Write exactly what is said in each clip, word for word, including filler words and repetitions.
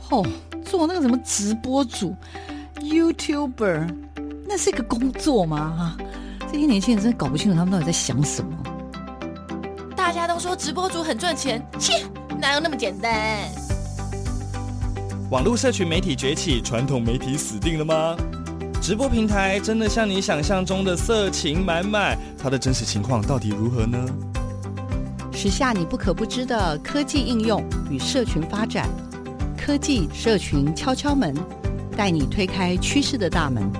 哦，做那个什么直播主 YouTuber， 那是一个工作吗？啊，这些年轻人真的搞不清楚他们到底在想什么。 大家都说直播主很赚钱，切，哪有那么简单？ 网络社群媒体崛起，传统媒体死定了吗？直播平台真的像你想象中的色情满满？它的真实情况到底如何呢？ 时下你不可不知的科技应用与社群发展，科技社群敲敲门，带你推开趋势的大门。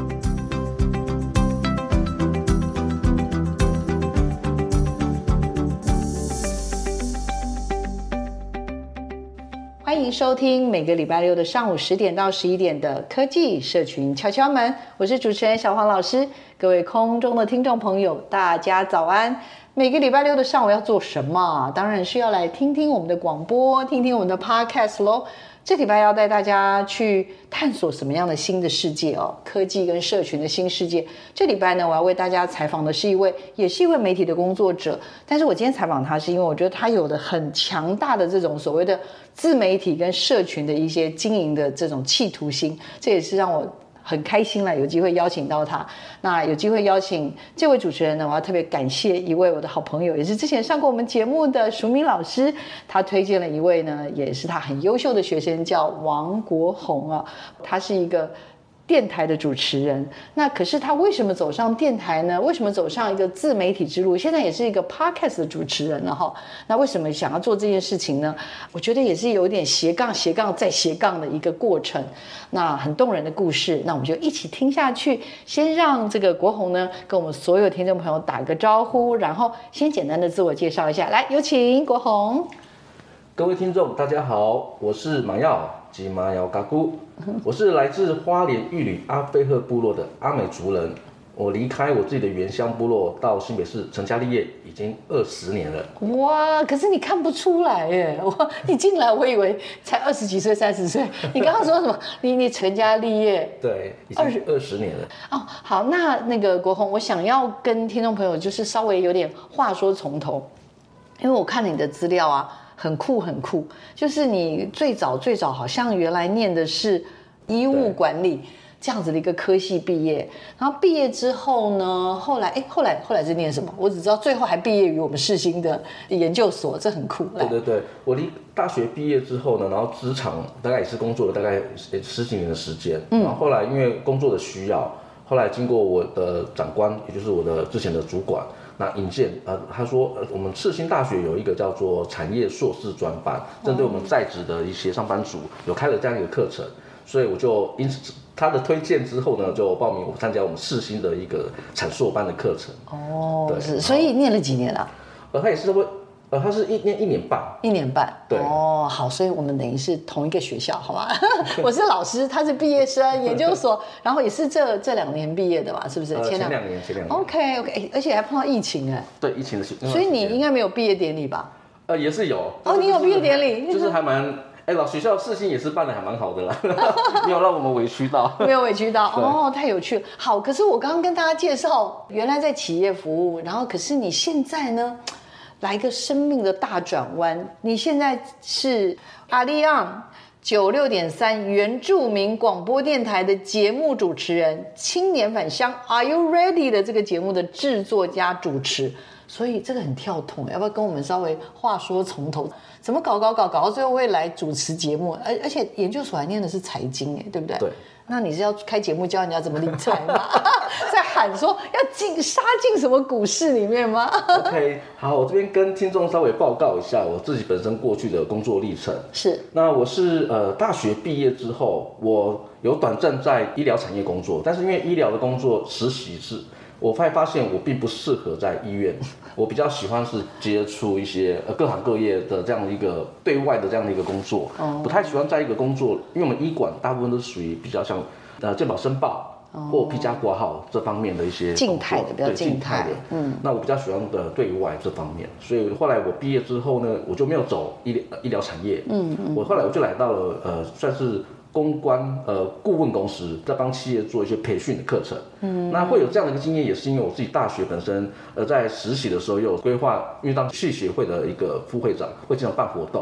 欢迎收听每个礼拜六的上午十点到十一点的科技社群敲敲门，我是主持人小黄老师。各位空中的听众朋友，大家早安。每个礼拜六的上午要做什么？当然是要来听听我们的广播，听听我们的 podcast 咯。这礼拜要带大家去探索什么样的新的世界哦，科技跟社群的新世界。这礼拜呢，我要为大家采访的是一位，也是一位媒体的工作者。但是我今天采访他，是因为我觉得他有的很强大的这种所谓的自媒体跟社群的一些经营的这种企图心，这也是让我很开心了，有机会邀请到他。那有机会邀请这位主持人呢，我要特别感谢一位我的好朋友，也是之前上过我们节目的淑敏老师，他推荐了一位呢，也是他很优秀的学生，叫王国宏啊，他是一个电台的主持人。那可是他为什么走上电台呢？为什么走上一个自媒体之路？现在也是一个 podcast 的主持人了哈。那为什么想要做这件事情呢？我觉得也是有点斜杠斜杠再斜杠的一个过程。那很动人的故事，那我们就一起听下去。先让这个国宏呢跟我们所有听众朋友打个招呼，然后先简单的自我介绍一下。来，有请国宏。 各位听众大家好，我是马耀及马耀嘎姑，我是来自花莲玉里阿菲赫部落的阿美族人。我离开我自己的原乡部落到新北市成家立业已经二十年了。 哇，可是你看不出来耶！我你进来我以为才二十几岁、三十岁。你刚刚说什么？你你成家立业？ 对，已经二十年了。 哦，好，那那个国宏，我想要跟听众朋友就是稍微有点话说从头，因为我看了你的资料啊。很酷很酷，就是你最早最早好像原来念的是医务管理这样子的一个科系毕业，然后毕业之后呢，后来哎后来后来是念什么？我只知道最后还毕业于我们世新的研究所，这很酷。 对对对，我离大学毕业之后呢，然后职场大概也是工作了大概十几年的时间，嗯，然后后来因为工作的需要，后来经过我的长官，也就是我的之前的主管。那引荐，呃，他说，呃，我们世新大学有一个叫做产业硕士专班，针对我们在职的一些上班族，有开了这样一个课程，所以我就因此他的推荐之后呢，就报名我参加我们世新的一个产硕班的课程。 哦，对，是，所以念了几年了？ 呃，他也是差不多。呃，他是一年一年半， 一年半， 对， 哦，好，所以我们等于是同一个学校，好吗？我是老师，他是毕业生，研究所，然后也是这这两年毕业的嘛，是不是？ 呃、前两年，前两年 ，OK OK， 而且还碰到疫情哎， 对，疫情的， 所以你应该没有毕业典礼吧？ 呃，也是有， 哦，你有毕业典礼， 就是还蛮。哎，老学校世新也是办的还蛮好的啦，没有让我们委屈到， 没有委屈到哦，太有趣了。好，可是我刚刚跟大家介绍，原来在企业服务，然后可是你现在呢？来一个生命的大转弯，你现在是阿里昂九六点三原住民广播电台的节目主持人，青年返乡 Are You Ready 的这个节目的制作加主持，所以这个很跳痛，要不要跟我们稍微话说从头？怎么搞搞搞搞到最后会来主持节目？而而且研究所还念的是财经，哎，对不对？ 对。 那你是要开节目教人家怎么理财吗？在喊说要进杀进什么股市里面吗 ？OK， 好，我这边跟听众稍微报告一下我自己本身过去的工作历程。 是， 那我是呃大学毕业之后，我有短暂在医疗产业工作，但是因为医疗的工作实习是。我会发现我并不适合在医院，我比较喜欢是接触一些呃各行各业的这样的一个对外的这样的一个工作，哦、不太喜欢在一个工作，因为我们医管大部分都是属于比较像呃健保申报、哦、或批加挂号这方面的一些静态的，比较静态的， 嗯，那我比较喜欢的对外这方面，所以后来我毕业之后呢，我就没有走医疗医疗产业，嗯嗯，我后来我就来到了呃算是。公关呃顾问公司在帮企业做一些培训的课程，嗯，那会有这样的一个经验，也是因为我自己大学本身呃在实习的时候又有规划，因为当系协会的一个副会长会经常办活动，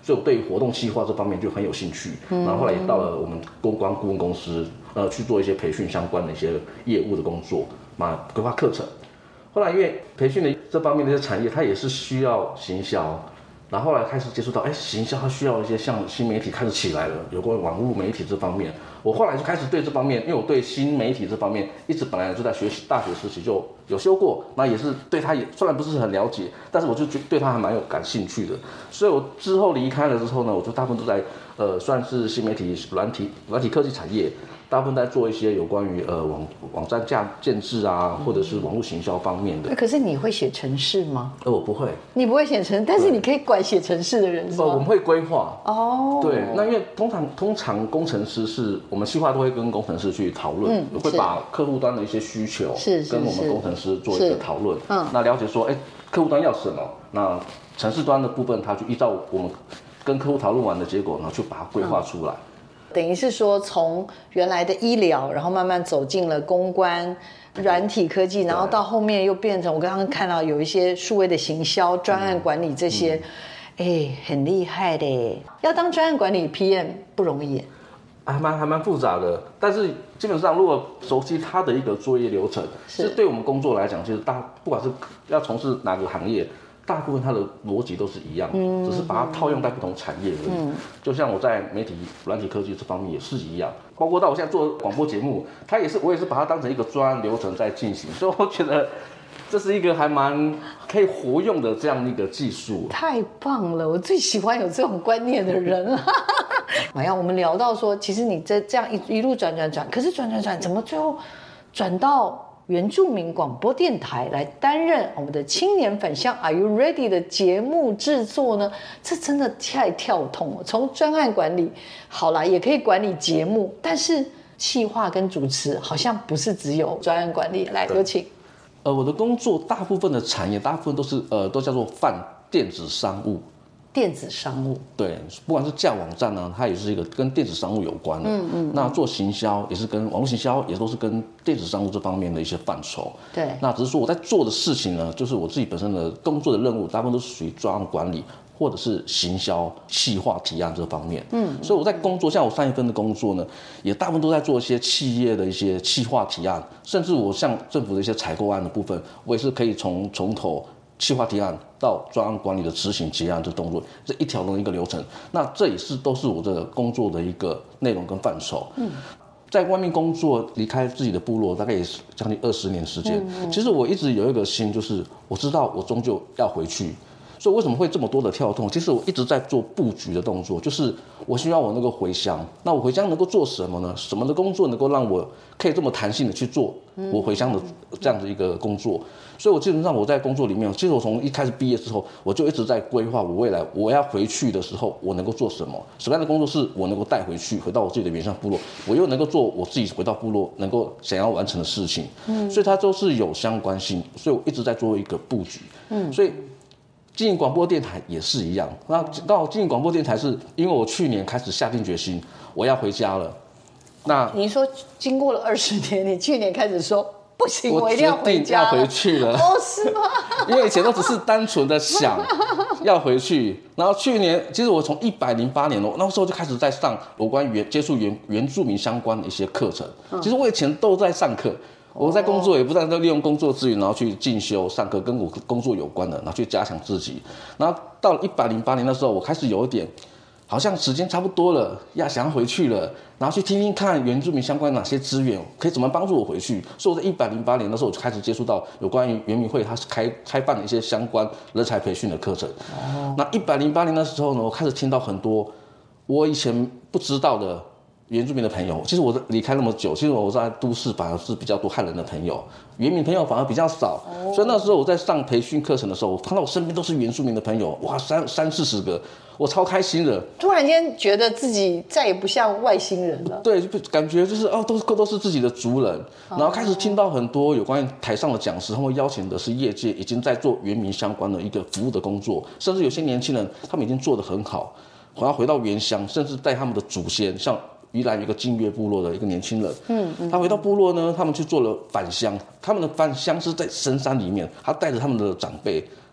所以我对活动企划这方面就很有兴趣。然后后来也到了我们公关顾问公司，呃，去做一些培训相关的一些业务的工作，嘛，规划课程。后来因为培训的这方面的一些产业，它也是需要行销。然后后来开始接触到，哎，行销它需要一些像新媒体开始起来了，有关网络媒体这方面，我后来就开始对这方面，因为我对新媒体这方面一直本来就在学习，大学时期就有修过，那也是对它也虽然不是很了解，但是我就对它还蛮有感兴趣的，所以我之后离开了之后呢，我就大部分都在呃算是新媒体软体软体科技产业。大部分在做一些有关于呃网网站架建制啊，或者是网络行销方面的。 可是你会写程式吗？ 呃，我不会。 你不会写程，但是你可以管写程式的人是吗？ 呃，我们会规划。 哦。 对，那因为通常通常工程师是我们企划都会跟工程师去讨论，嗯、会把客户端的一些需求跟我们工程师做一个讨论。嗯。那了解说，哎，客户端要什么？那程式端的部分，它就依照我们跟客户讨论完的结果，然后去把它规划出来。嗯， 等于是说，从原来的医疗，然后慢慢走进了公关、软体科技，然后到后面又变成我刚刚看到有一些数位的行销、专案管理这些，哎、嗯嗯，很厉害的。要当专案管理 P M 不容易， 还蛮还蛮复杂的。但是基本上，如果熟悉它的一个作业流程，是对我们工作来讲，其实大不管是要从事哪个行业。大部分它的逻辑都是一样的，嗯、只是把它套用在不同产业而已。嗯、就像我在媒体、软体科技这方面也是一样，包括到我现在做广播节目，它也是我也是把它当成一个专案流程在进行，所以我觉得这是一个还蛮可以活用的这样一个技术。 太棒了，我最喜欢有这种观念的人了。哎呀，我们聊到说，其实你这这样一一路转转转，可是转转转，怎么最后转到原住民广播电台来担任我们的青年返乡 Are You Ready 的节目制作呢？这真的太跳痛了。从专案管理好啦，也可以管理节目，但是企划跟主持好像不是只有专案管理。来，有请。 呃，我的工作大部分的产业，大部分都是呃都叫做泛电子商务。 电子商务， 对，不管是架网站呢，它也是一个跟电子商务有关的。嗯嗯。那做行销也是跟网络行销，也都是跟电子商务这方面的一些范畴。 对。 那只是说我在做的事情呢，就是我自己本身的工作的任务，大部分都是属于专案管理或者是行销、企划提案这方面。嗯。所以我在工作，像我上一份的工作呢，也大部分都在做一些企业的一些企划提案，甚至我像政府的一些采购案的部分，我也是可以从从头。企划提案到专案管理的执行结案这动作，这一条龙一个流程，那这也是都是我这个工作的一个内容跟范畴。嗯，在外面工作，离开自己的部落，大概也是将近二十年时间。嗯嗯、其实我一直有一个心，就是我知道我终究要回去。所以为什么会这么多的跳动？其实我一直在做布局的动作，就是我希望我能够回乡。那我回乡能够做什么呢？什么的工作能够让我可以这么弹性的去做我回乡的这样的一个工作？所以我基本上我在工作里面，其实我从一开始毕业之后，我就一直在规划我未来我要回去的时候，我能够做什么？什么样的工作是我能够带回去，回到我自己的原乡部落，我又能够做我自己回到部落能够想要完成的事情。嗯，所以它都是有相关性，所以我一直在做一个布局。嗯，所以。经营广播电台也是一样，那到经营广播电台是因为我去年开始下定决心，我要回家了。那你说经过了二十年，你去年开始说不行，我一定要回家了， 我决定要回去了。 哦，是吗？ 因为以前都只是单纯的想要回去，然后去年其实我从一百零八年哦，那时候就开始在上有关原接触原原住民相关的一些课程。嗯、其实我以前都在上课。我在工作也不断地利用工作资源，然后去进修、上课，跟我工作有关的，然后去加强自己。然后到了一百零八年的时候，我开始有一点，好像时间差不多了，要想要回去了，然后去听听看原住民相关哪些资源可以怎么帮助我回去。所以我在一百零八年的时候，我就开始接触到有关于原民会，它是开开办的一些相关人才培训的课程。哦。那一百零八年的时候呢，我开始听到很多我以前不知道的。原住民的朋友，其实我离开那么久，其实我在都市反而是比较多汉人的朋友，原民朋友反而比较少。哦、所以那时候我在上培训课程的时候，我看到我身边都是原住民的朋友，哇，三三四十个，我超开心的。 突然间觉得自己再也不像外星人了。 对，感觉就是哦，都是都是自己的族人。然后开始听到很多有关于台上的讲师，他们邀请的是业界已经在做原民相关的一个服务的工作，甚至有些年轻人他们已经做得很好，我要回到原乡，甚至带他们的祖先，像。宜兰有一个金岳部落的一个年轻人，嗯嗯，他回到部落呢，他们去做了返乡，他们的返乡是在深山里面，他带着他们的长辈，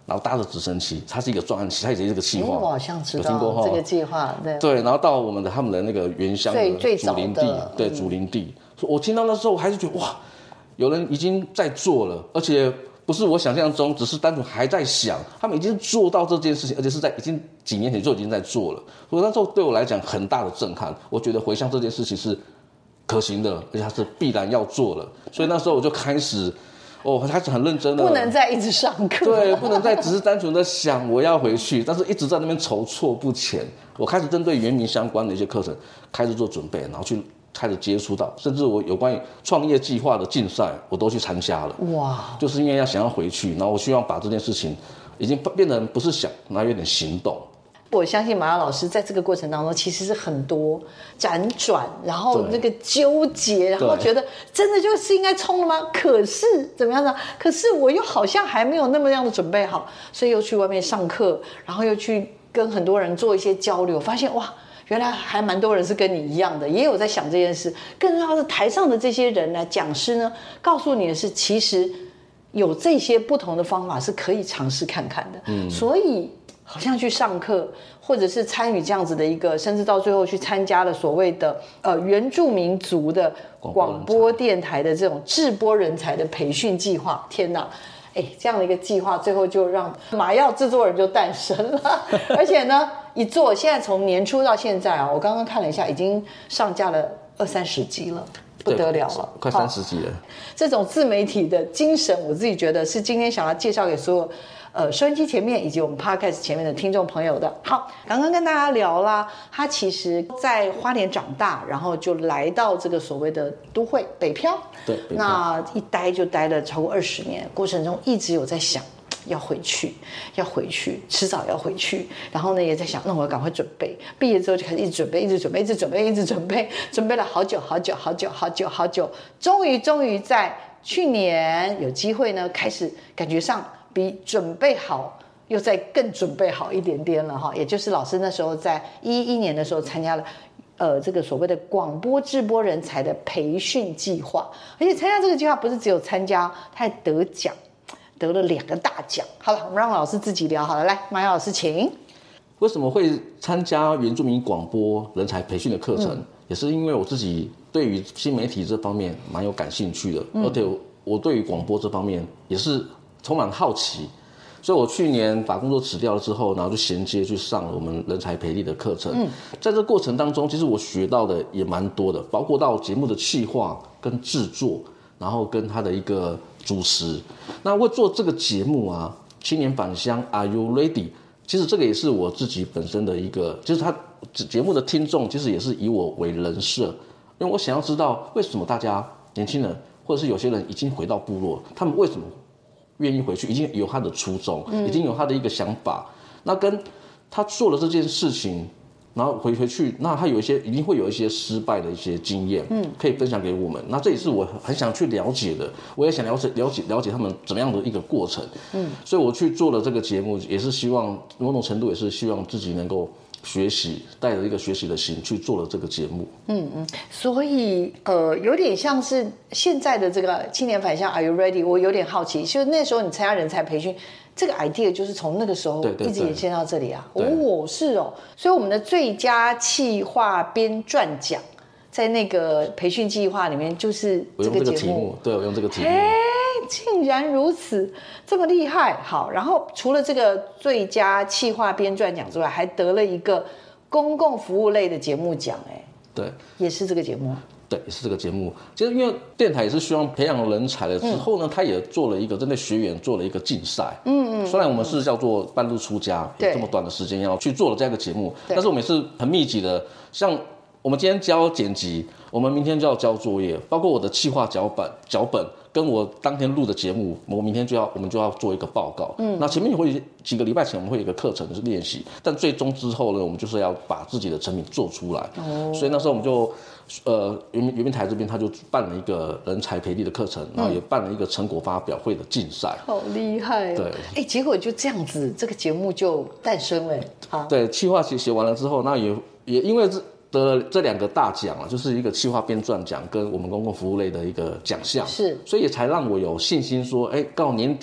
然后搭着直升机，它是一个专案期，它也是一个计划。 我好像知有听过道这个计划，对对，然后到我们的他们的那个原乡的最祖林地，对祖林地，我听到那时候我还是觉得哇，有人已经在做了，而且不是我想象中，只是单纯还在想，他们已经做到这件事情，而且是在已经几年前就已经在做了。所以那时候对我来讲很大的震撼，我觉得回乡这件事情是可行的，而且它是必然要做了。所以那时候我就开始。哦，开始很认真的， 不能再一直上课， 对，不能再只是单纯的想我要回去，但是一直在那边筹措不前。我开始针对原民相关的一些课程开始做准备，然后去开始接触到，甚至我有关于创业计划的竞赛，我都去参加了。哇，就是因为要想要回去，然后我希望把这件事情已经变成不是想，然后有点行动。 我相信马雅老师在这个过程当中，其实是很多辗转，然后那个纠结，然后觉得真的就是应该冲了吗？可是怎么样呢？可是我又好像还没有那么样的准备好，所以又去外面上课，然后又去跟很多人做一些交流，发现哇，原来还蛮多人是跟你一样的，也有在想这件事。更重要的是，台上的这些人呢，讲师呢，告诉你的是，其实有这些不同的方法是可以尝试看看的。嗯，所以。好像去上课，或者是参与这样子的一个，甚至到最后去参加了所谓的呃原住民族的广播电台的这种制播人才的培训计划。天哪，哎，这样的一个计划，最后就让马耀制作人就诞生了。而且呢，一做现在从年初到现在啊，我刚刚看了一下，已经上架了二三十集了。不得了了， 快三十集了。 这种自媒体的精神，我自己觉得是今天想要介绍给所有呃收音机前面以及我们 podcast 前面的听众朋友的。好，刚刚跟大家聊啦，他其实在花莲长大，然后就来到这个所谓的都会北漂， 对， 那一待就待了超过二十年，过程中一直有在想。要回去，要回去，迟早要回去。然后呢，也在想，那我要赶快准备。毕业之后就开始一直准备，一直准备，一直准备，一直准备，准备了好久，好久，好久，好久，好久。终于，终于在去年有机会呢，开始感觉上比准备好，又再更准备好一点点了哈。也就是老师那时候在一一年的时候参加了。呃，这个所谓的广播制播人才的培训计划，而且参加这个计划不是只有参加，他还得奖。得了两个大奖。好了，我们让老师自己聊好了。来，马雅老师，请。 为什么会参加原住民广播人才培训的课程？嗯、也是因为我自己对于新媒体这方面蛮有感兴趣的，嗯、而且我对于广播这方面也是充满好奇，所以我去年把工作辞掉了之后，然后就衔接去上了我们人才培力的课程。嗯、在这过程当中，其实我学到的也蛮多的，包括到节目的企划跟制作，然后跟他的一个。主持，那为做这个节目啊，青年返乡 Are You Ready？ 其实这个也是我自己本身的一个，就是他节目的听众，其实也是以我为人设，因为我想要知道为什么大家年轻人，或者是有些人已经回到部落，他们为什么愿意回去，已经有他的初衷，嗯、已经有他的一个想法，那跟他做了这件事情。然后回回去，那他有一些一定会有一些失败的一些经验，嗯，可以分享给我们。那这也是我很想去了解的，我也想了解了解了解他们怎么样的一个过程，嗯，所以我去做了这个节目，也是希望某种程度也是希望自己能够学习，带着一个学习的心去做了这个节目。嗯嗯，所以呃，有点像是现在的这个青年返乡 Are You Ready？ 我有点好奇，就是那时候你参加人才培训。这个 idea 就是从那个时候一直延伸到这里啊。哦，是哦，所以我们的最佳企划编撰奖，在那个培训计划里面就是这个节目。 对，我用这个题目。 哎，竟然如此，这么厉害！好，然后除了这个最佳企划编撰奖之外，还得了一个公共服务类的节目奖。哎， 对， 也是这个节目。 对，也是这个节目。其实因为电台也是希望培养人才了之后呢，嗯、他也做了一个针对学员做了一个竞赛。嗯嗯。虽然我们是叫做半路出家，有这么短的时间要去做了这样一个节目，但是我们也是很密集的。像我们今天教剪辑，我们明天就要交作业，包括我的企划脚本、脚本跟我当天录的节目，我明天就要我们就要做一个报告。嗯。那前面会几个礼拜前我们会有一个课程是练习，但最终之后呢，我们就是要把自己的成品做出来。哦。所以那时候我们就。呃，原原民台这边他就办了一个人才培力的课程，然后也办了一个成果发表会的竞赛， 好厉害、哦！对，哎，结果就这样子，这个节目就诞生了。好， 对，企划写写完了之后，那也也因为这得了这两个大奖啊，就是一个企划编撰奖跟我们公共服务类的一个奖项， 是， 所以也才让我有信心说，哎，到年底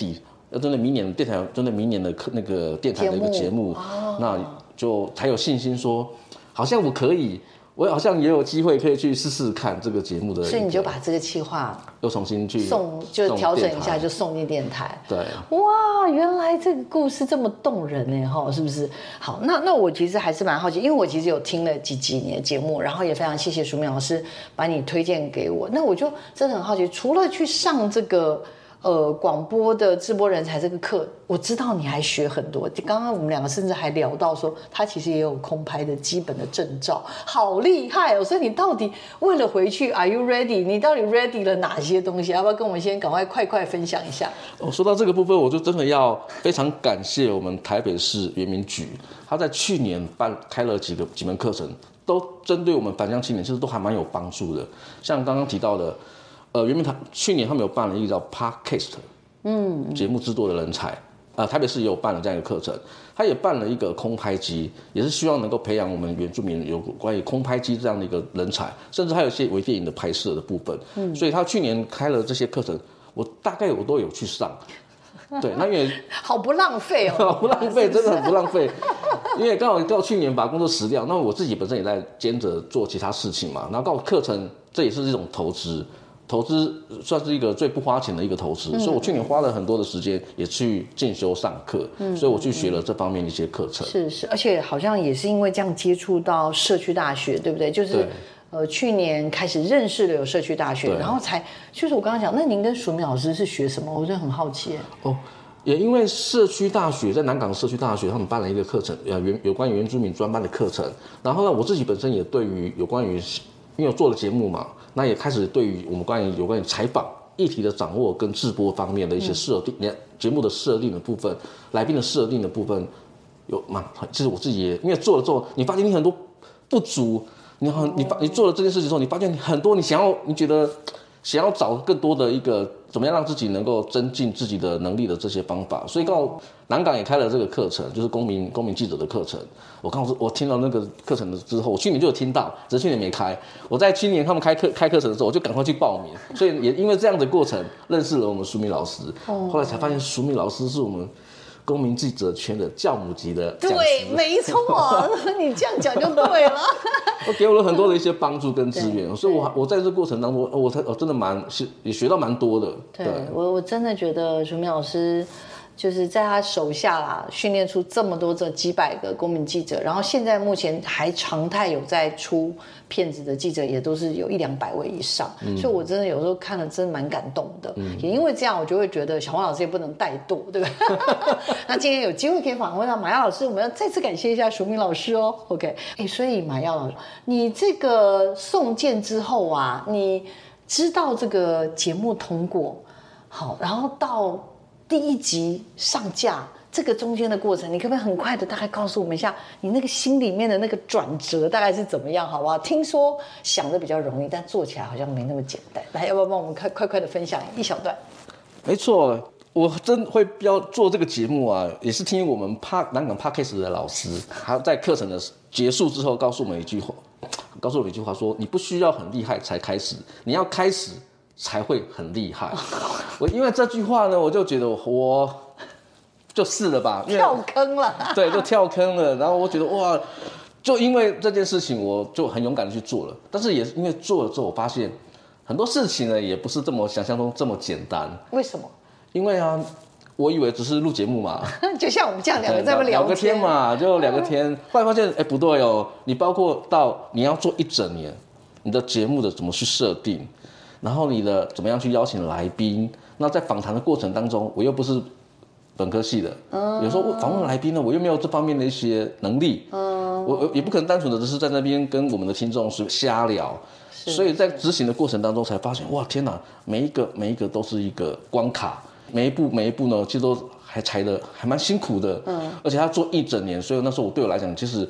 要针对明年电台针对明年的课那个电台的一个节目，哦、那就才有信心说，好像我可以。我好像也有机会可以去试试看这个节目的， 所以你就把这个企划又重新去送，就调整一下，就送进电台。 对， 哇，原来这个故事这么动人呢，哈，是不是？好，那那我其实还是蛮好奇，因为我其实有听了几集你的节目，然后也非常谢谢淑敏老师把你推荐给我。那我就真的很好奇，除了去上这个。呃，广播的直播人才这个课，我知道你还学很多。刚刚我们两个甚至还聊到说，他其实也有空拍的基本的证照，好厉害哦！所以你到底为了回去 ，Are you ready？ 你到底 ready 了哪些东西？要不要跟我们先赶快快快分享一下？ 哦，说到这个部分，我就真的要非常感谢我们台北市原民局，他在去年办开了几个几门课程，都针对我们返乡青年，其实都还蛮有帮助的。像刚刚提到的。呃，原民台去年他们有办了一个叫 Podcast， 嗯，节目制作的人才，呃，台北市也有办了这样一个课程，他也办了一个空拍机，也是希望能够培养我们原住民有关于空拍机这样的一个人才，甚至还有一些微电影的拍摄的部分，嗯，所以他去年开了这些课程，我大概我都有去上，对，那因为好不浪费哦， 不浪费，真的很不浪费，因为刚好到去年把工作辞掉，那我自己本身也在兼着做其他事情嘛，然后刚好课程这也是一种投资。投资算是一个最不花钱的一个投资，嗯、所以我去年花了很多的时间也去进修上课，嗯、所以我去学了这方面的一些课程。 是是，而且好像也是因为这样接触到社区大学，对不对？就是呃去年开始认识了有社区大学，然后才就是我刚刚讲，那您跟淑敏老师是学什么？我真的很好奇。 哦，也因为社区大学在南港社区大学，他们办了一个课程，呃，原有关于原住民专班的课程。然后呢，我自己本身也对于有关于，因为我做了节目嘛。那也开始对于我们关于有关于采访议题的掌握跟制播方面的一些设定，嗯、节目的设定的部分，来宾的设定的部分，有蛮，其实我自己也因为做了之后，你发现你很多不足，你很你发你做了这件事情之后，你发现很多你想要你觉得想要找更多的一个怎么样让自己能够增进自己的能力的这些方法，所以刚好南港也开了这个课程，就是公民公民记者的课程。我刚好我听到那个课程之后，我去年就有听到，只是去年没开。我在去年他们开课开课程的时候，我就赶快去报名，所以也因为这样的过程认识了我们淑敏老师。哦、后来才发现淑敏老师是我们公民记者圈的教母级的讲师。 对，没错，你这样讲就对了。 我给我了很多的一些帮助跟资源，所以我我在这个过程当中，我才我真的蛮也学到蛮多的。 对，对我我真的觉得淑敏老师。就是在他手下啦，训练出这么多这几百个公民记者，然后现在目前还常态有在出片子的记者，也都是有一两百位以上，嗯、所以我真的有时候看了真的蛮感动的。嗯、也因为这样，我就会觉得小黄老师也不能怠惰，对吧？那今天有机会可以访问到马耀老师，我们要再次感谢一下淑敏老师哦。OK， 哎，所以马耀老师，你这个送件之后啊，你知道这个节目通过，好，然后到。第一集上架，这个中间的过程，你可不可以很快的大概告诉我们一下，你那个心里面的那个转折大概是怎么样，好不好？听说想的比较容易，但做起来好像没那么简单。来，要不要帮我们快快快的分享一小段？ 没错，我真会要做这个节目啊，也是听我们帕南港 Podcast 的老师，他在课程的结束之后告诉我们一句话，告诉我们一句话说，你不需要很厉害才开始，你要开始。才会很厉害。我因为这句话呢，我就觉得我就是了吧， 跳坑了。 对，就跳坑了。然后我觉得哇，就因为这件事情，我就很勇敢的去做了。但是也因为做了之后，我发现很多事情呢，也不是这么想象中这么简单。 为什么？ 因为啊，我以为只是录节目嘛， 就像我们这样两个在那聊聊个天嘛，就聊个天。后来发现，哎，不对哦，你包括到你要做一整年，你的节目的怎么去设定？然后你的怎么样去邀请来宾？那在访谈的过程当中，我又不是本科系的，嗯、有时候访问来宾呢，我又没有这方面的一些能力，嗯、我也不可能单纯的只是在那边跟我们的听众是瞎聊，所以在执行的过程当中才发现，哇，天哪，每一个每一个都是一个关卡，每一步每一步呢，其实都还踩的还蛮辛苦的，嗯，而且他做一整年，所以那时候我对我来讲，其实。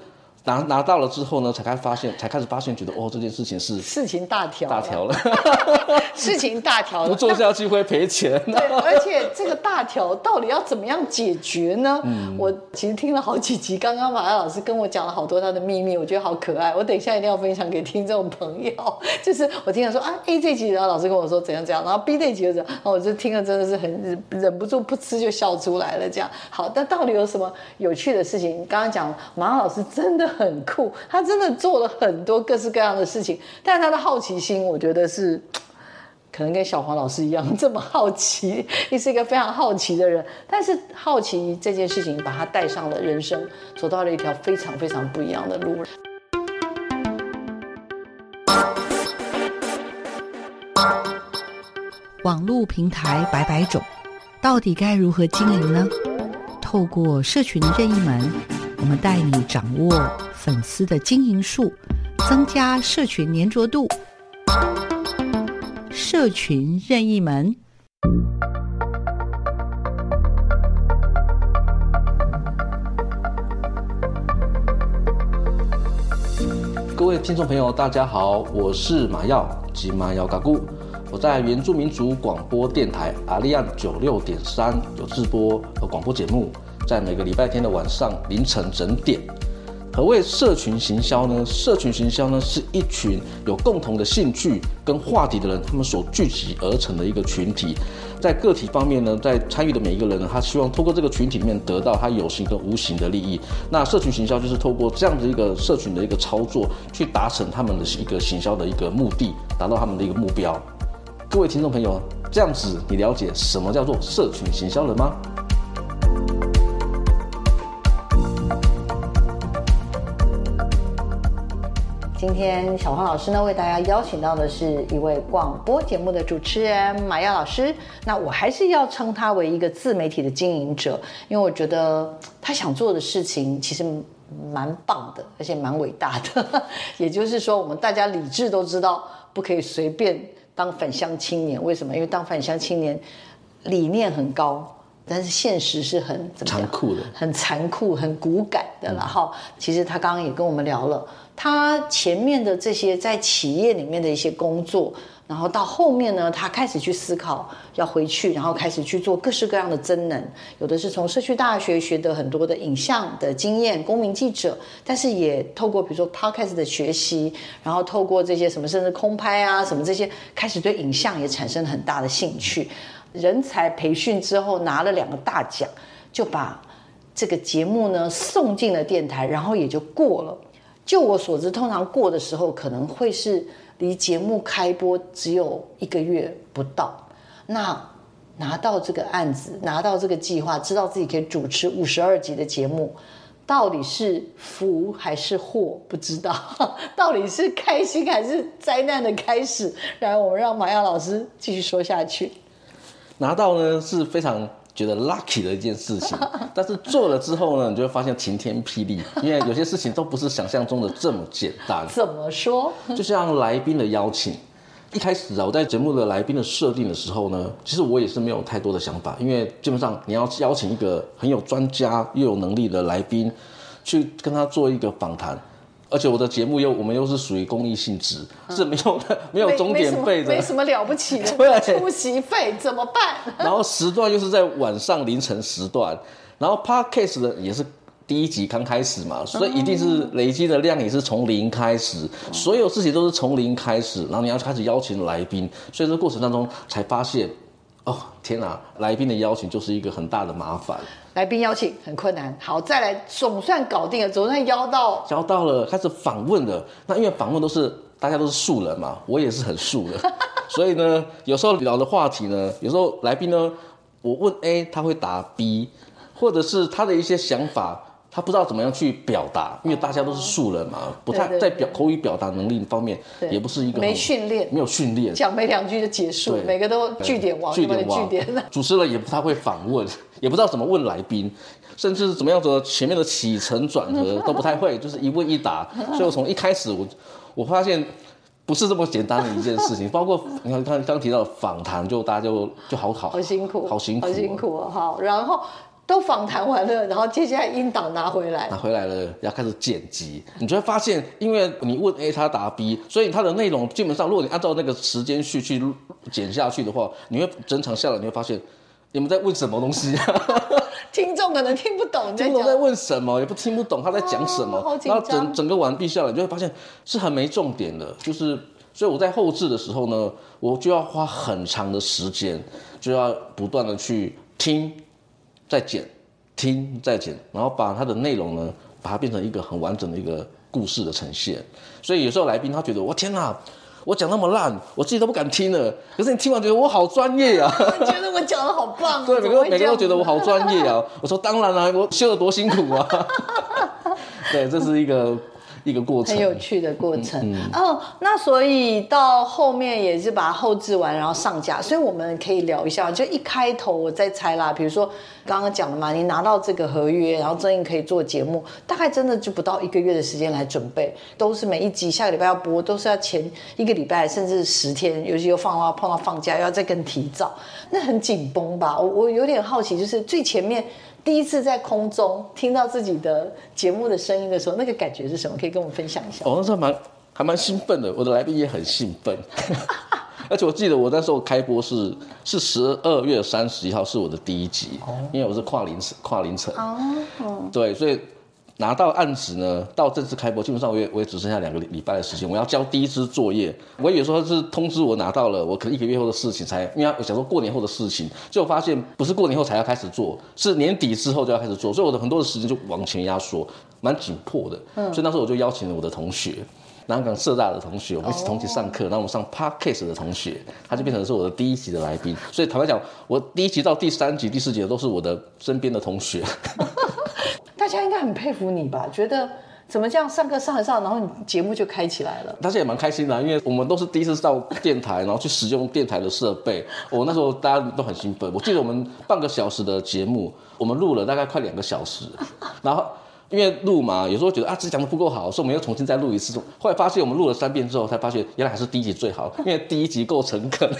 拿拿到了之后呢，才开始发现，才开始发现，觉得哦，这件事情是事情大条大条了， 事情大条了， 不做下去会赔钱。 对，而且这个大条到底要怎么样解决呢？嗯、我其实听了好几集，刚刚马爱老师跟我讲了好多他的秘密，我觉得好可爱。我等一下一定要分享给听众朋友。就是我听了说啊 ，A 这集，然后老师跟我说怎样怎样，然后 B 这集又怎样，然后我就听了真的是很忍不住噗嗤就笑出来了。这样好，但到底有什么有趣的事情？刚刚讲马老师真的很酷，他真的做了很多各式各样的事情，但是他的好奇心，我觉得是。可能跟小黄老师一样这么好奇，你是一个非常好奇的人，但是好奇这件事情把他带上了人生，走到了一条非常非常不一样的路。 网络平台百百种，到底该如何经营呢？透过社群任意门，我们带你掌握粉丝的经营术，增加社群黏着度。社群任意门， 各位听众朋友，大家好，我是马耀及马耀嘎咕。我在原住民族广播电台阿利安九六点三有直播和广播节目，在每个礼拜天的晚上凌晨整点。何谓社群行销呢？社群行销呢，是一群有共同的兴趣跟话题的人，他们所聚集而成的一个群体。在个体方面呢，在参与的每一个人呢，他希望透过这个群体里面得到他有形跟无形的利益。那社群行销就是透过这样的一个社群的一个操作，去达成他们的一个行销的一个目的，达到他们的一个目标。各位听众朋友，这样子你了解什么叫做社群行销了吗？ 今天小黄老师呢，为大家邀请到的是一位广播节目的主持人马耀老师。那我还是要称他为一个自媒体的经营者，因为我觉得他想做的事情其实蛮棒的，而且蛮伟大的。也就是说，我们大家理智都知道，不可以随便当返乡青年。为什么？因为当返乡青年理念很高，但是现实是很残酷的， 很残酷、很骨感的了哈。其实他刚刚也跟我们聊了，他前面的这些在企业里面的一些工作，然后到后面呢，他开始去思考要回去，然后开始去做各式各样的增能。有的是从社区大学学得很多的影像的经验，公民记者，但是也透过比如说 podcast 的学习，然后透过这些什么甚至空拍啊什么这些，开始对影像也产生了很大的兴趣。人才培训之后拿了两个大奖，就把这个节目呢送进了电台，然后也就过了。就我所知，通常过的时候可能会是离节目开播只有一个月不到。那拿到这个案子，拿到这个计划，知道自己可以主持五十二集的节目，到底是福还是祸？不知道，到底是开心还是灾难的开始？然后我们让马耀老师继续说下去。 拿到呢是非常觉得 lucky 的一件事情，但是做了之后呢，你就会发现晴天霹雳，因为有些事情都不是想象中的这么简单。 怎么说？ 就像来宾的邀请，一开始啊，我在节目的来宾的设定的时候呢，其实我也是没有太多的想法，因为基本上你要邀请一个很有专家又有能力的来宾，去跟他做一个访谈。而且我的节目又我们又是属于公益性质，嗯、是没有没有钟点费的， 没什么了不起的出席费怎么办？ 然后时段又是在晚上凌晨时段，然后 podcast 的也是第一集刚开始嘛，所以一定是累积的量也是从零开始，嗯、所有事情都是从零开始，然后你要开始邀请来宾，所以这过程当中才发现，哦天哪，来宾的邀请就是一个很大的麻烦。 来宾邀请很困难，好，再来总算搞定了，总算邀到邀到了，开始访问了。那因为访问都是大家都是素人嘛，我也是很素的，所以呢，有时候聊的话题呢，有时候来宾呢，我问 A， 他会答 B， 或者是他的一些想法，他不知道怎么样去表达，因为大家都是素人嘛，不太在表口语表达能力方面也不是一个没训练， 没有训练， 讲没两句就结束，每个都句点王， 句点王，句点。主持人也不太会访问，也不知道怎么问来宾，甚至怎么样子前面的起承转合都不太会，就是一问一答。所以我从一开始我我发现不是这么简单的一件事情，包括你看刚刚提到的访谈，就大家就就好好好辛苦， 好辛苦， 好辛苦哦。好，然后都访谈完了，然后接下来音档拿回来， 拿回来了要开始剪辑，你就会发现，因为你问 A 他答 B， 所以它的内容基本上，如果你按照那个时间序去剪下去的话，你会整场下来你会发现你们在问什么东西啊？ 听众可能听不懂， 听不懂在问什么，也不听不懂他在讲什么， 哦、 然后整整个完毕下来，你就会发现是很没重点的，就是所以我在后制的时候呢，我就要花很长的时间，就要不断的去听，再剪，听再剪，然后把它的内容呢，把它变成一个很完整的一个故事的呈现。所以有时候来宾他觉得我天哪，我讲那么烂，我自己都不敢听了。可是你听完觉得我好专业啊， 觉得我讲的好棒、啊。 对，每个每个都觉得我好专业啊。我说当然啦、啊，我修得多辛苦啊。对，这是一个一个过程， 很有趣的过程。 嗯嗯、 哦，那所以到后面也是把它后制完，然后上架。所以我们可以聊一下，就一开头我在猜啦，比如说刚刚讲的嘛，你拿到这个合约，然后正印可以做节目，大概真的就不到一个月的时间来准备，都是每一集下个礼拜要播，都是要前一个礼拜甚至十天，尤其又放到碰到放假，又要再更提早，那很紧绷吧？我我有点好奇，就是最前面。第一次在空中听到自己的节目的声音的时候，那个感觉是什么？可以跟我们分享一下。 哦，那时候蛮还蛮兴奋的，我的来宾也很兴奋，而且我记得我那时候开播是是十二月三十一号是我的第一集，哦、因为我是跨凌晨跨凌晨，哦哦、对，所以拿到案子呢，到正式开播，基本上我也我也只剩下两个礼拜的时间，我要交第一支作业。我有时候是通知我拿到了，我可能一个月后的事情才，因为我想说过年后的事情，结果发现不是过年后才要开始做，是年底之后就要开始做，所以我的很多的时间就往前压缩，蛮紧迫的。嗯，所以那时候我就邀请了我的同学，南港社大的同学，我们一起同期上课，然后我们上 Podcast 的同学，他就变成是我的第一集的来宾。所以坦白讲，我第一集到第三集、第四集都是我的身边的同学。 大家应该很佩服你吧？觉得怎么这样上课上一上，然后你节目就开起来了？ 大家也蛮开心的、啊，因为我们都是第一次到电台，然后去使用电台的设备。我、哦、那时候大家都很兴奋。我记得我们半个小时的节目，我们录了大概快两个小时，然后因为录嘛，有时候觉得啊自己讲的不够好，所以我们又重新再录一次。后来发现我们录了三遍之后，才发现原来还是第一集最好，因为第一集够诚恳。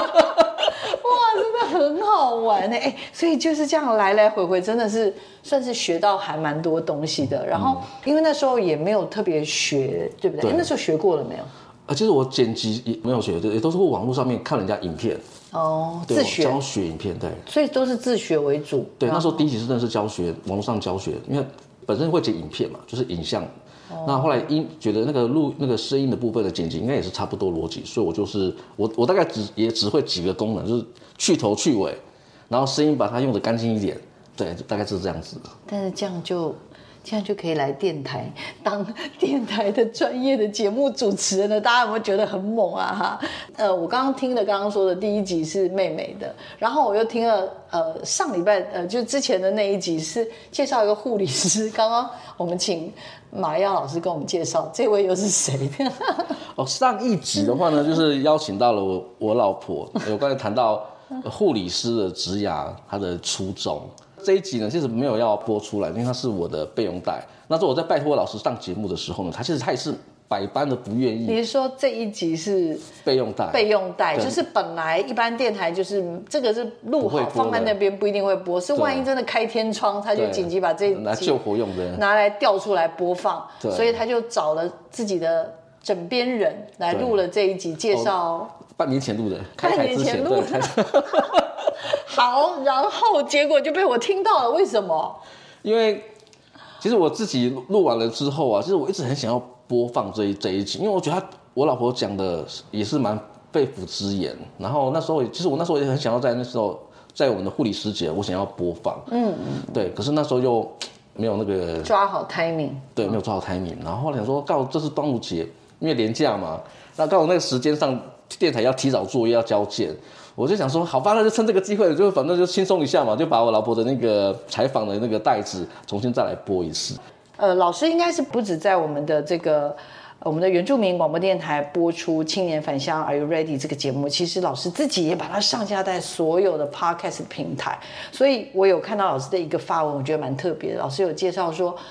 很好玩哎、欸，所以就是这样来来回回，真的是算是学到还蛮多东西的。然后因为那时候也没有特别学，对不对？对，那时候学过了没有？ 啊，其实我剪辑也没有学，也都是网络上面看人家影片哦，自学教学影片，对， 所以都是自学为主。 对，那时候第一集是真的是教学，网络上教学，因为本身会剪影片嘛，就是影像。哦、那后来音觉得那个录那个声音的部分的剪辑应该也是差不多逻辑，所以我就是我我大概只也只会几个功能，就是去头去尾，然后声音把它用得干净一点，对，大概是这样子。 但是这样就这样就可以来电台当电台的专业的节目主持人了，大家有没有觉得很猛啊？哈，呃，我刚刚听的刚刚说的第一集是妹妹的，然后我又听了呃上礼拜呃就之前的那一集是介绍一个护理师，刚刚我们请马亚老师跟我们介绍，这位又是谁？ 哦，上一集的话呢，就是邀请到了我我老婆，有关于谈到护理师的职涯，他的初衷。这一集呢，其实没有要播出来，因为它是我的备用带。那时候我在拜托老师上节目的时候呢，他其实他也是百般的不愿意。 你是说这一集是备用带？ 备用带就是本来一般电台就是这个是录好放在那边不一定会播，是万一真的开天窗，他就紧急把这一集拿救活用的拿来调出来播放，所以他就找了自己的枕边人来录了这一集介绍。 哦、半年前录的，开台之前录的。好，然后结果就被我听到了，为什么？ 因为其实我自己录完了之后啊，其实我一直很想要播放这一这一集，因为我觉得他我老婆讲的也是蛮肺腑之言。然后那时候，其实我那时候也很想要在那时候在我们的护理师节，我想要播放，嗯嗯，对。可是那时候又没有那个抓好 timing， 对，没有抓好 timing。然后后来想说，刚好这是端午节，因为连假嘛，那刚好那个时间上电台要提早作业要交件。我就想说，好吧，那就趁这个机会，就反正就轻松一下嘛，就把我老婆的那个采访的那个带子重新再来播一次。 呃，老师应该是不止在我们的这个我们的原住民广播电台播出《青年返乡 Are You Ready》这个节目，其实老师自己也把它上架在所有的 Podcast 平台。所以我有看到老师的一个发文，我觉得蛮特别的。老师有介绍说，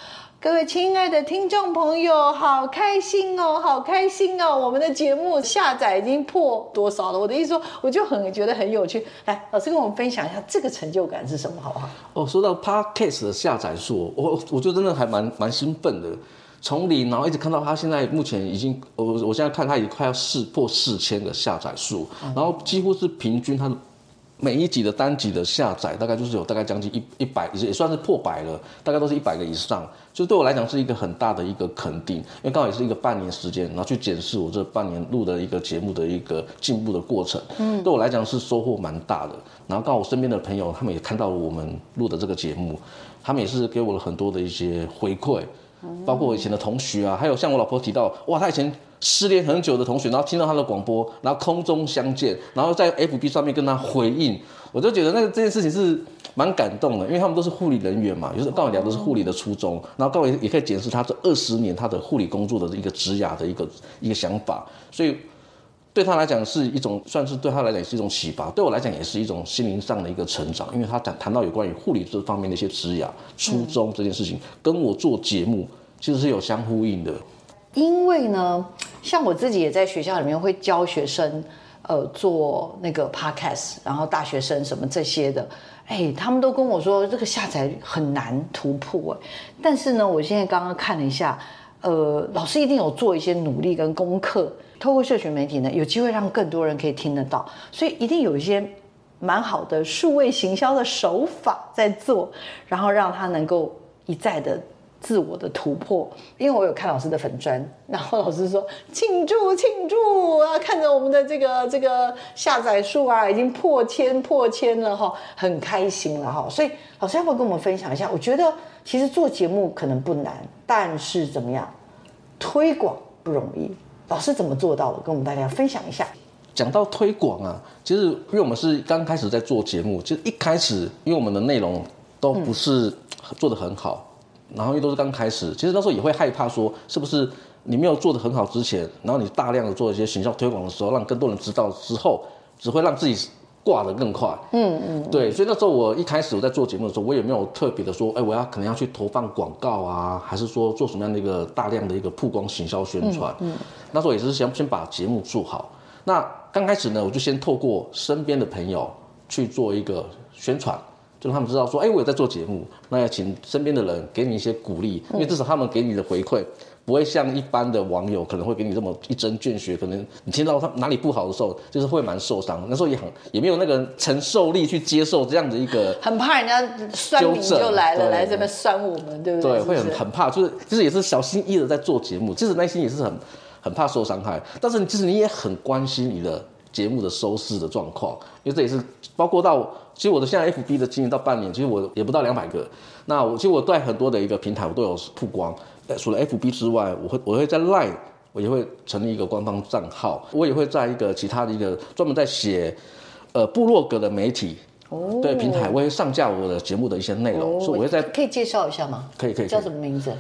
各位亲爱的听众朋友，好开心哦，好开心哦！我们的节目下载已经破多少了？我的意思说，我就很觉得很有趣。来，老师跟我们分享一下这个成就感是什么，好不好？ 哦，说到 Podcast 的下载数，我我觉得真的还蛮蛮兴奋的。从零，然后一直看到它现在目前已经，我我现在看它已经快要四破四千个下载数，然后几乎是平均它的每一集的单集的下载大概就是有大概将近一一百，也算是破百了，大概都是一百个以上。就对我来讲是一个很大的一个肯定，因为刚好也是一个半年时间，然后去检视我这半年录的一个节目的一个进步的过程，嗯，对我来讲是收获蛮大的。然后刚好我身边的朋友他们也看到了我们录的这个节目，他们也是给我了很多的一些回馈。包括我以前的同学啊，还有像我老婆提到，哇，她以前失恋很久的同学，然后听到她的广播，然后空中相见，然后在 F B 上面跟她回应，我就觉得那个这件事情是蛮感动的，因为他们都是护理人员嘛，就是刚好聊的是护理的初衷，然后刚好也可以检视他这二十年他的护理工作的一个职涯的一个一个想法，所以对他来讲是一种，算是对他来讲也是一种启发，对我来讲也是一种心灵上的一个成长，因为他谈谈到有关于护理这方面的一些职涯初衷这件事情，跟我做节目其实是有相呼应的。 因为呢，像我自己也在学校里面会教学生，呃，做那个 podcast， 然后大学生什么这些的，哎，他们都跟我说这个下载很难突破，哎，但是呢，我现在刚刚看了一下，呃，老师一定有做一些努力跟功课。透过社群媒体呢，有机会让更多人可以听得到，所以一定有一些蛮好的数位行销的手法在做，然后让他能够一再的自我的突破。因为我有看老师的粉专，然后老师说庆祝庆祝啊，看着我们的这个这个下载数啊，已经破千破千了哈，很开心了哈。所以老师要不要跟我们分享一下？我觉得其实做节目可能不难，但是怎么样推广不容易。老师怎么做到的？跟我们大家分享一下。 讲到推广啊，其实因为我们是刚开始在做节目，其实一开始因为我们的内容都不是做得很好，嗯、然后因为都是刚开始，其实那时候也会害怕说，是不是你没有做得很好之前，然后你大量的做一些行销推广的时候，让更多人知道之后，只会让自己挂得更快。嗯嗯，对，所以那时候我一开始我在做节目的时候，我也没有特别的说，哎，我要可能要去投放广告啊，还是说做什么样的一个大量的一个曝光行销宣传。嗯，嗯那时候也是先先把节目做好。那刚开始呢，我就先透过身边的朋友去做一个宣传，就让他们知道说，哎，我有在做节目，那要请身边的人给你一些鼓励，因为至少他们给你的回馈不会像一般的网友可能会给你这么一针见血，可能你听到他哪里不好的时候，就是会蛮受伤。那时候也很也没有那个承受力去接受这样的一个， 很怕人家酸民就来了，来这边酸我们，对不对？ 对，会很很怕，就是其实也是小心翼翼的在做节目，其实内心也是很很怕受伤害，但是其实你也很关心你的节目的收视的状况，因为这也是包括到，其实我的现在 F B 的经营到半年，其实我也不到两百个。那我其实我在很多的一个平台我都有曝光，除了 F B 之外，我会我会在 Line 我也会成立一个官方账号，我也会在一个其他的一个专门在写呃部落格的媒体。哦，对平台，我也会上架我的节目的一些内容，哦、所以我会在可以介绍一下吗？ 可以可以， 叫什么名字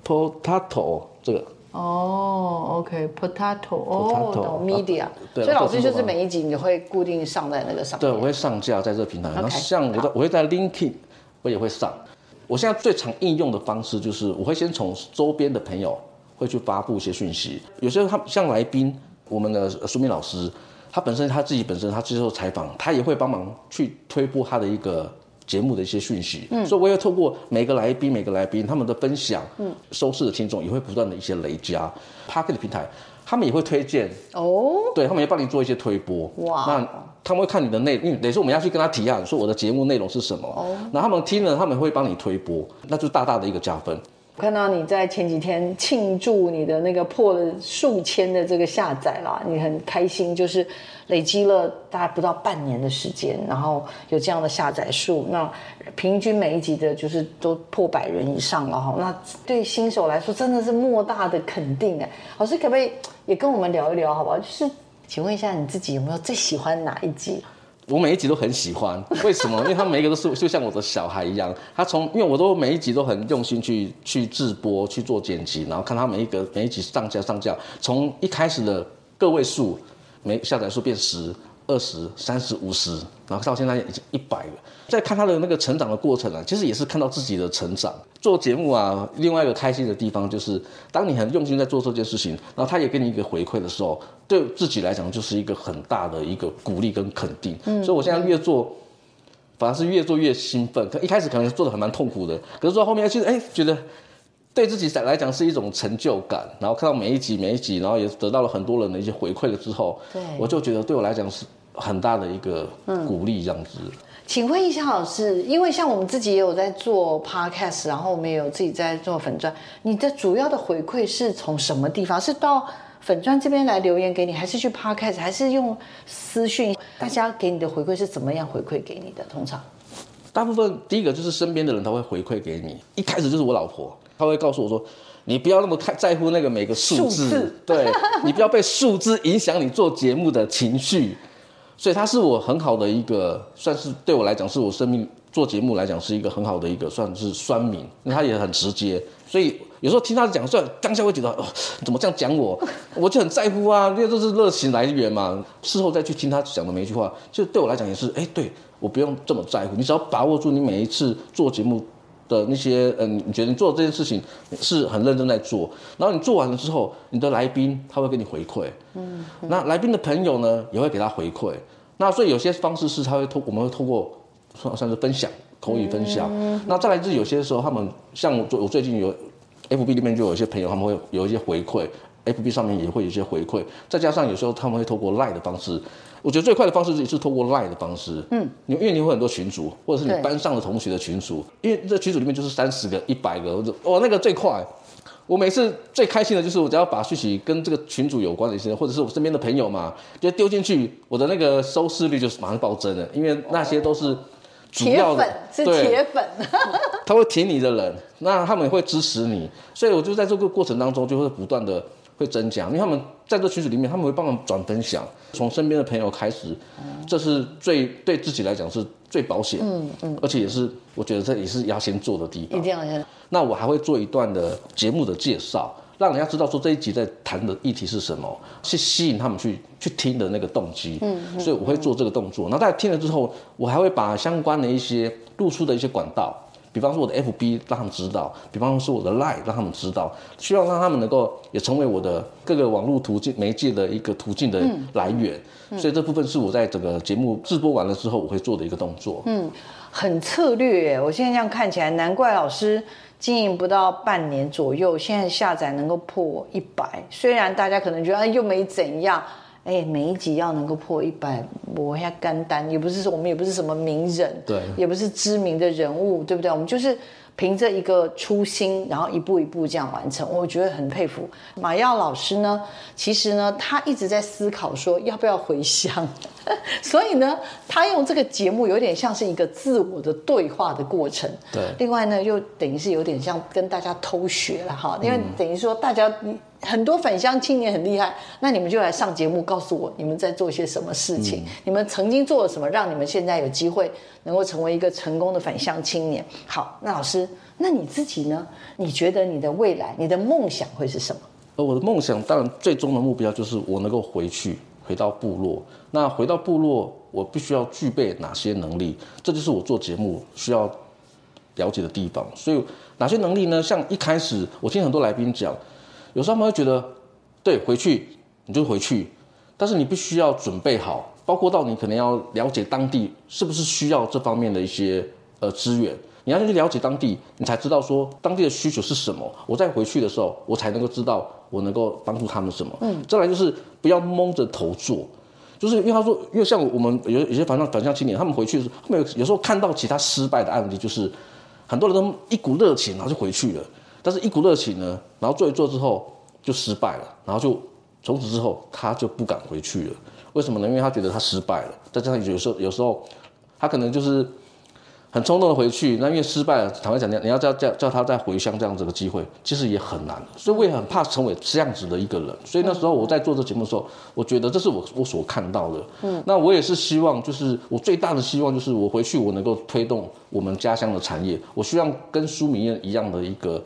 ？Potato 这个。 哦 ，OK，Potato， 哦，懂 Media， 所以老师就是每一集你会固定上在那个上面。 对，我会上架在这个平台。然后像我在，我会在 LinkedIn， 我也会上。我现在最常应用的方式就是，我会先从周边的朋友会去发布一些讯息。有些他像来宾，我们的苏明老师，他本身他自己本身他接受采访，他也会帮忙去推播他的一个节目的一些讯息，嗯，所以我也透过每个来宾每个来宾他们的分享，嗯，收视的听众也会不断的一些累加。Podcast 的平台，他们也会推荐哦，对他们也帮你做一些推播，哇，那他们会看你的内，因为等于说我们要去跟他提案，说我的节目内容是什么，哦，然后他们听了，他们会帮你推播，那就大大的一个加分。 我看到你在前几天庆祝你的那个破了数千的这个下载啦，你很开心，就是累积了大概不到半年的时间，然后有这样的下载数，那平均每一集的就是都破百人以上了哈。那对新手来说真的是莫大的肯定哎。老师可不可以也跟我们聊一聊好不好？就是请问一下你自己有没有最喜欢哪一集？ 我每一集都很喜欢，为什么？因为他每一个都是就像我的小孩一样，他从因为我都每一集都很用心去去制播、去做剪辑，然后看他每一个每一集上架上架，从一开始的个位数，每下载数变十， 二十、三十、五十，然后到现在已经一百了。在看他的那个成长的过程啊，其实也是看到自己的成长。做节目啊，另外一个开心的地方就是，当你很用心在做这件事情，然后他也给你一个回馈的时候，对自己来讲就是一个很大的一个鼓励跟肯定。嗯，所以我现在越做，反而是越做越兴奋。一开始可能做的还蛮痛苦的，可是做到后面其实哎觉得。对自己来讲是一种成就感，然后看到每一集每一集，然后也得到了很多人的一些回馈了之后，对，我就觉得对我来讲是很大的一个鼓励这样子。嗯， 请问一下老师，因为像我们自己也有在做 podcast， 然后我们也有自己在做粉专，你的主要的回馈是从什么地方？是到粉专这边来留言给你，还是去 podcast， 还是用私讯？大家给你的回馈是怎么样回馈给你的？通常大部分第一个就是身边的人他会回馈给你，一开始就是我老婆。他会告诉我说：“你不要那么在乎那个每个数字，数字对你不要被数字影响你做节目的情绪。”所以他是我很好的一个，算是对我来讲，是我生命做节目来讲是一个很好的一个，算是酸民。因为他也很直接，所以有时候听他讲，虽然当下会觉得哦，怎么这样讲我，我就很在乎啊，因为这是热情来源嘛。事后再去听他讲的每一句话，就对我来讲也是，哎，对我不用这么在乎，你只要把握住你每一次做节目的那些，嗯，你觉得你做的这件事情是很认真在做，然后你做完了之后，你的来宾他会给你回馈，嗯，嗯那来宾的朋友呢也会给他回馈，那所以有些方式是他会透，我们会透过算是分享，口语分享，嗯、那再来就是有些时候他们像我我最近有 F B 里面就有一些朋友他们会有一些回馈 ，F B 上面也会有一些回馈，再加上有时候他们会透过 Line 的方式。我觉得最快的方式也是透过 Line 的方式，嗯，因为你会很多群组，或者是你班上的同学的群组，因为这群组里面就是三十个、一百个，哇，那个最快。我每次最开心的就是我只要把讯息跟这个群组有关的一些，或者是我身边的朋友嘛，就丢进去，我的那个收视率就是马上暴增了，因为那些都是主要的， 铁粉是铁粉， 他会挺你的人，那他们也会支持你，所以我就在这个过程当中就会不断的。会增加，因为他们在这群组里面，他们会帮忙转分享，从身边的朋友开始，这是最对自己来讲是最保险，嗯嗯，而且也是我觉得这也是要先做的地方， 一定要先。 那我还会做一段的节目的介绍，让人家知道说这一集在谈的议题是什么，去吸引他们去去听的那个动机，嗯，嗯所以我会做这个动作。然后在听了之后，我还会把相关的一些露出的一些管道。比方说我的 F B 让他们知道，比方说我的 Line 让他们知道，希望让他们能够也成为我的各个网络途径媒介的一个途径的来源。嗯嗯、所以这部分是我在整个节目直播完了之后我会做的一个动作。嗯， 很策略耶！我现在这样看起来，难怪老师经营不到半年左右，现在下载能够破一百。虽然大家可能觉得、哎、又没怎样。哎，每一集要能够破一百，我要干单，也不是说我们也不是什么名人， 对， 也不是知名的人物，对不对？我们就是凭着一个初心，然后一步一步这样完成，我觉得很佩服。马耀老师呢，其实呢，他一直在思考说要不要回乡，所以呢，他用这个节目有点像是一个自我的对话的过程。 对， 另外呢，又等于是有点像跟大家偷学了哈，因为等于说大家。很多返乡青年很厉害，那你们就来上节目，告诉我你们在做些什么事情，嗯、你们曾经做了什么，让你们现在有机会能够成为一个成功的返乡青年。好，那老师，那你自己呢？你觉得你的未来，你的梦想会是什么？ 呃，我的梦想当然最终的目标就是我能够回去，回到部落。那回到部落，我必须要具备哪些能力？这就是我做节目需要了解的地方。所以哪些能力呢？像一开始我听很多来宾讲。有时候他们会觉得，对，回去你就回去，但是你必须要准备好，包括到你可能要了解当地是不是需要这方面的一些呃资源，你要去了解当地，你才知道说当地的需求是什么。我再回去的时候，我才能够知道我能够帮助他们什么。嗯，再来就是不要蒙着头做，就是因为他说，因为像我们有有些返乡返乡青年，他们回去的时候，他们有有时候看到其他失败的案例，就是很多人都一股热情，然后就回去了。但是一股热情呢，然后做一做之后就失败了，然后就从此之后他就不敢回去了。为什么呢？因为他觉得他失败了，再加上有时候有时候他可能就是很冲动的回去，那因为失败了，坦白讲，你要叫叫叫他再回乡这样子的机会，其实也很难。所以我也很怕成为这样子的一个人。所以那时候我在做这节目的时候，我觉得这是我我所看到的。嗯，那我也是希望，就是我最大的希望就是我回去我能够推动我们家乡的产业。我希望跟舒明燕一样的一个。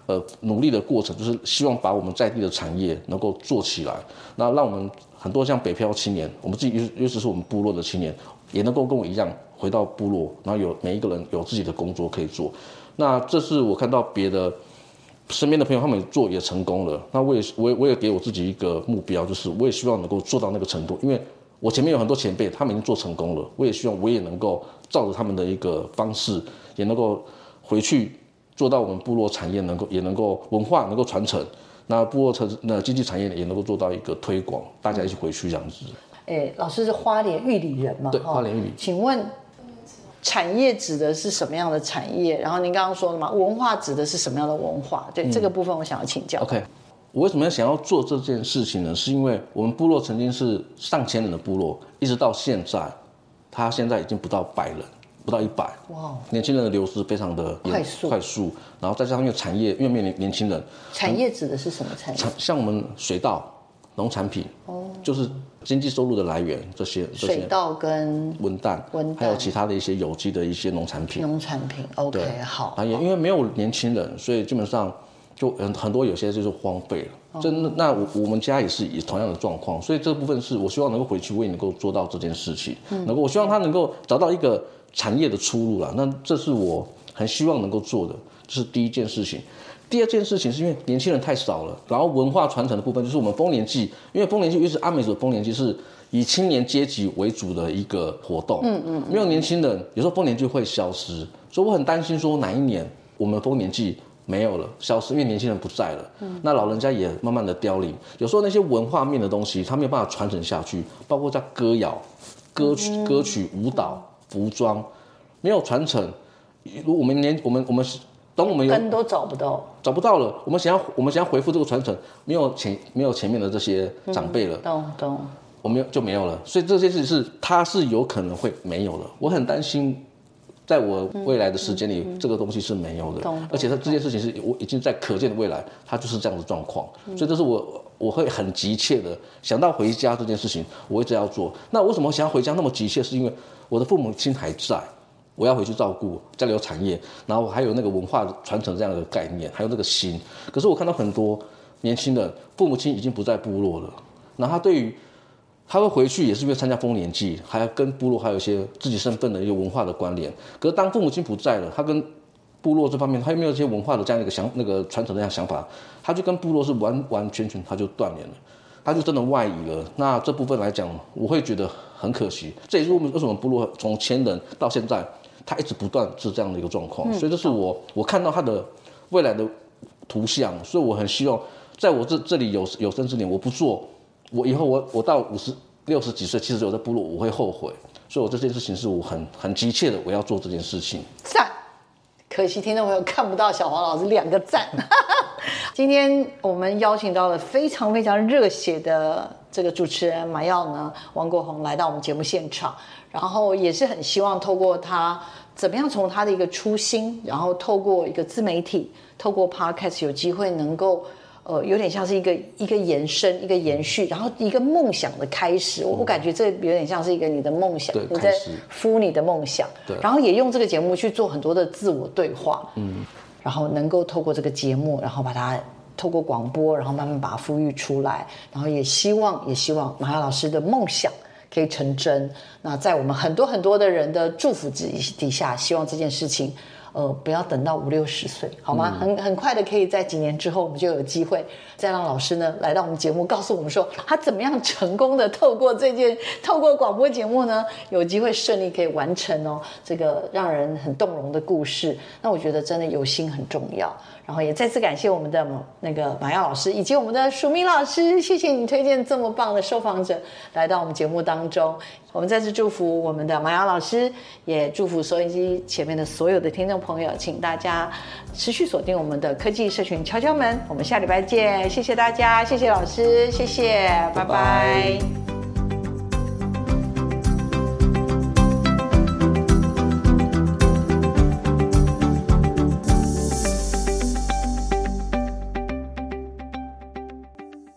呃努力的过程，就是希望把我们在地的产业能够做起来，那让我们很多像北漂青年，我们自己尤其是我们部落的青年，也能够跟我一样回到部落，然后有每一个人有自己的工作可以做。那这是我看到别的身边的朋友他们做也成功了，那我也我也我也给我自己一个目标，就是我也希望能够做到那个程度，因为我前面有很多前辈他们已经做成功了，我也希望我也能够照着他们的一个方式，也能够回去做到我们部落产业能够也能够文化能够传承，那部落城那经济产业也能够做到一个推广，大家一起回去这样子。 哎，老师是花莲玉里人嘛？ 对，花莲玉里。 请问产业指的是什么样的产业？然后您刚刚说了嘛，文化指的是什么样的文化？对、嗯、这个部分我想要请教。 OK， 我为什么想要做这件事情呢？是因为我们部落曾经是上千人的部落，一直到现在，它现在已经不到百人，不到一百。哇，年轻人的流失非常的快速， 快速。然后再加上因为产业，因为面临年轻人， 产业指的是什么产业？ 像我们水稻、农产品，哦，就是经济收入的来源，这些水稻跟文旦，文旦还有其他的一些有机的一些农产品。 农产品 ，OK， 好。 啊，也因为没有年轻人，所以基本上就很很多有些就是荒废了。哦、真的，那我我们家也是以同样的状况，所以这部分是我希望能够回去，我也能够做到这件事情。嗯，能够我希望他能够找到一个产业的出路啦。那这是我很希望能够做的，这是第一件事情。第二件事情是因为年轻人太少了，然后文化传承的部分就是我们丰年祭，因为丰年祭，尤其是阿美族的丰年祭是以青年阶级为主的一个活动，嗯嗯，没有年轻人，有时候丰年祭会消失，所以我很担心说哪一年我们丰年祭没有了，消失，因为年轻人不在了，嗯，那老人家也慢慢的凋零，有时候那些文化面的东西，他没有办法传承下去，包括叫歌谣、歌曲、嗯、歌曲、舞蹈、服装，没有传承，我们年我们我们。等我们有根都找不到， 找不到了。我们想要，我们想要恢复这个传承，没有前没有前面的这些长辈了，懂、嗯、懂，我们就没有了。所以这件事是它是有可能会没有了。我很担心，在我未来的时间里，嗯嗯、这个东西是没有的，而且它这件事情是我已经在可见的未来，它就是这样的状况。嗯、所以这是我我会很急切的想到回家这件事情，我一直要做。那为什么想要回家那么急切？是因为我的父母亲还在。我要回去照顾家里有产业，然后还有那个文化传承这样的概念，还有那个心。可是我看到很多年轻人，父母亲已经不在部落了，然后他对于他会回去也是因为参加丰年祭，还要跟部落还有一些自己身份的一个文化的关联。可是当父母亲不在了，他跟部落这方面他又没有一些文化的这样一个想那个传承的这样想法，他就跟部落是完完全全他就断联了，他就真的外移了。那这部分来讲，我会觉得很可惜。这也是我们为什么部落从前人到现在。他一直不断是这样的一个状况，所以这是我我看到他的未来的图像，所以我很希望在我这这里有有生之年，我不做，我以后我我到五十六十几岁、七十岁我在部落，我会后悔，所以我这件事情是我很很急切的，我要做这件事情。 赞，可惜听众朋友看不到小黄老师两个赞。今天我们邀请到了非常非常热血的这个主持人马耀呢，王国宏来到我们节目现场。然后也是很希望透过他怎么样从他的一个初心，然后透过一个自媒体，透过 podcast 有机会能够呃有点像是一个一个延伸，一个延续，然后一个梦想的开始。我我感觉这有点像是一个你的梦想，你在孵你的梦想，然后也用这个节目去做很多的自我对话，嗯，然后能够透过这个节目，然后把它透过广播，然后慢慢把它孵育出来，然后也希望也希望马耀老师的梦想可以成真。那在我们很多很多的人的祝福底下，希望这件事情呃不要等到五六十岁，好吗？嗯、很很快的，可以在几年之后，我们就有机会再让老师呢来到我们节目，告诉我们说他怎么样成功的透过这件透过广播节目呢，有机会顺利可以完成哦这个让人很动容的故事。那我觉得真的有心很重要。然后也再次感谢我们的那个马耀老师以及我们的淑敏老师，谢谢你推荐这么棒的受访者来到我们节目当中。我们再次祝福我们的马耀老师，也祝福收音机前面的所有的听众朋友，请大家持续锁定我们的科技社群敲敲门。我们下礼拜见，谢谢大家，谢谢老师，谢谢，拜拜。拜拜。